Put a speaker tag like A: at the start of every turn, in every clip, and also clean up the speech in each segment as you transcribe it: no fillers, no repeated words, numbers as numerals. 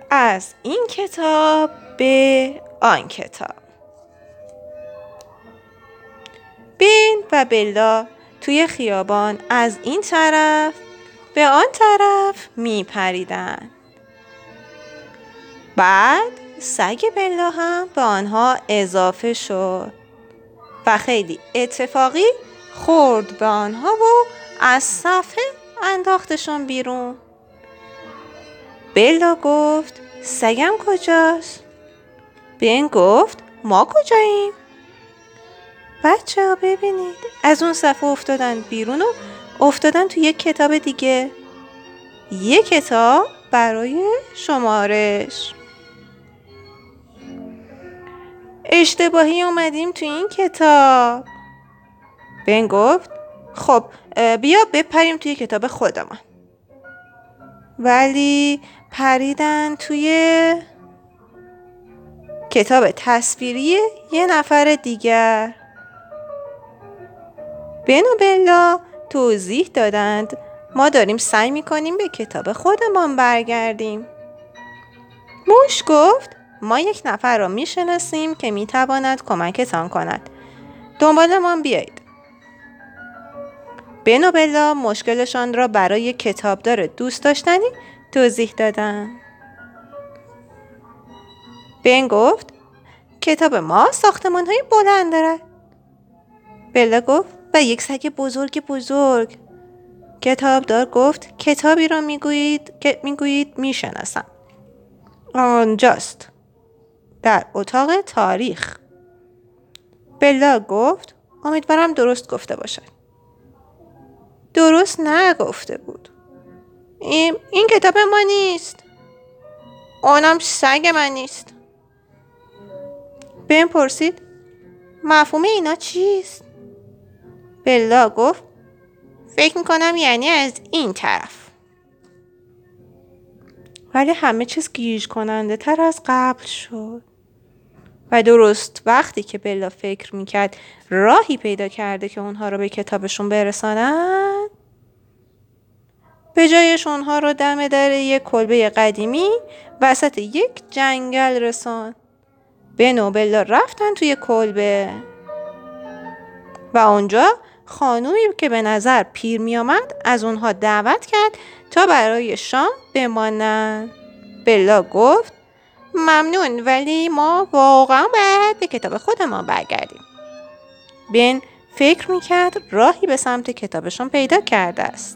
A: از این کتاب به آن کتاب. بن و بلا توی خیابان از این طرف به آن طرف می پریدن. بعد سگ بلا هم به آنها اضافه شد و خیلی اتفاقی خورد به آنها و از صفحه انداختشون بیرون. بلا گفت سگم کجاست؟ بن گفت ما کجاییم؟ بچه ها ببینید از اون صفحه افتادن بیرون و افتادن تو یک کتاب دیگه. یک کتاب برای شمارش. اشتباهی اومدیم تو این کتاب. بن گفت خب بیا بپریم توی کتاب خودمان. ولی پریدن توی کتاب تصویری یه نفر دیگر. بن و بلا توضیح دادند ما داریم سعی میکنیم به کتاب خودمان برگردیم. موش گفت ما یک نفر را میشناسیم که میتواند کمکتان کند. دنبالمان بیایید. بن و بلا مشکلشان را برای کتابدار دوست داشتنی توضیح دادند. بن گفت کتاب ما ساختمان‌های بلند دارد. بلا گفت و یک سگ بزرگ. کتابدار گفت کتابی را میگویید میشناسم. آنجاست در اتاق تاریخ. بلا گفت امیدوارم درست گفته باشد. درست نگفته بود. این کتاب ما نیست. اونم سگ من نیست. بن پرسید مفهوم اینا چیست؟ بلا گفت فکر میکنم یعنی از این طرف. ولی همه چیز گیج کننده تر از قبل شد. و درست وقتی که بلا فکر میکرد راهی پیدا کرده که اونها رو به کتابشون برسانن، به جایش اونها رو دم در یک کلبه قدیمی وسط یک جنگل رساند. بن و بلا رفتن توی کلبه و اونجا خانومی که به نظر پیر می آمد از اونها دعوت کرد تا برای شام بمانند. بلا گفت ممنون ولی ما واقعا باید به کتاب خودمان برگردیم. بن فکر می کرد راهی به سمت کتابشون پیدا کرده است.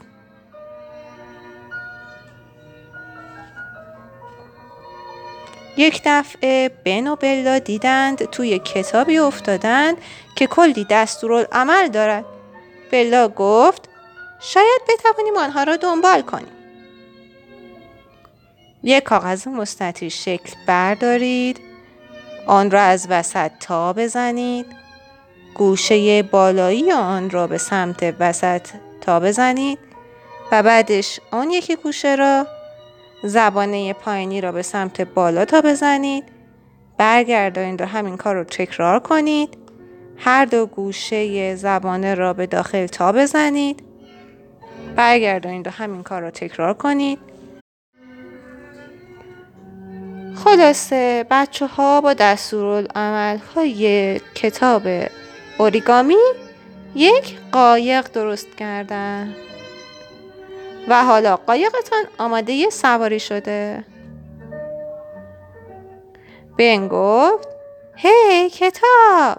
A: یک دفعه بن و بلا دیدند توی کتابی افتادند که کلی دستورالعمل دارد. بلا گفت شاید بتوانیم آنها را دنبال کنیم. یک کاغذ مستطیل شکل بردارید، آن را از وسط تا بزنید، گوشه بالایی آن را به سمت وسط تا بزنید و بعدش آن یکی گوشه را زبانه پایینی را به سمت بالا تا بزنید. برگردانید و همین کار رو تکرار کنید. هر دو گوشه زبانه را به داخل تا بزنید. برگردانید و همین کار رو تکرار کنید. خلاصه بچه ها با دستورالعمل های کتاب اوریگامی یک قایق درست کردن و حالا قایقتان آماده سواری شده. بن گفت هی کتاب،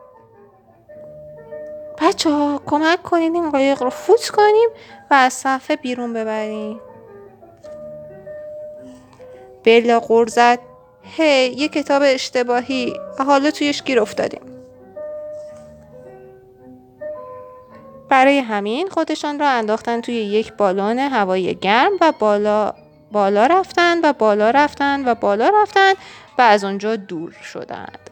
A: بچه ها کمک کنید این قایق رو فوت کنیم و از صفحه بیرون ببریم. بلا غر زد هی یه کتاب اشتباهی و حالا تویش گیر افتادیم. برای همین خودشان را انداختن توی یک بالون هوایی گرم و بالا رفتند و از اونجا دور شدند.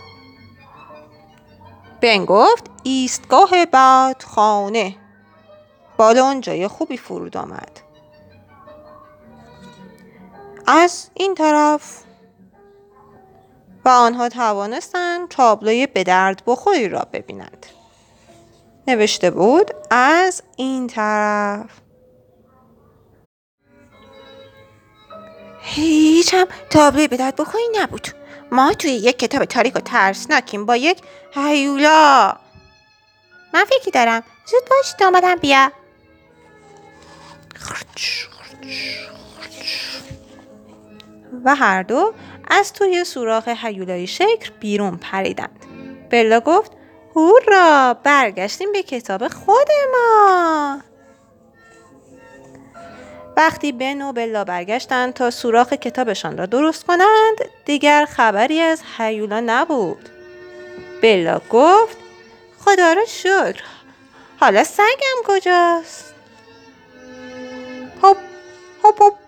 A: بن گفت ایستگاه بعد خانه. بالون جای خوبی فرود آمد. از این طرف و آنها توانستند تابلوی به درد بخوری را ببینند. نوشته بود از این طرف. هیچ هیچم تابلوی به درد بخوری نبود. ما توی یک کتاب تاریک و ترسناکیم با یک هیولا. من فکری دارم. زود باش دامادم بیا. و هر دو از توی سوراخ هیولای شکل بیرون پریدند. بلا گفت هورا، برگشتیم به کتاب خود ما. وقتی بن و بلا برگشتند تا سوراخ کتابشان را درست کنند، دیگر خبری از هیولا نبود. بلا گفت خدا را شکر، حالا سگم کجاست؟ هپ هپ هپ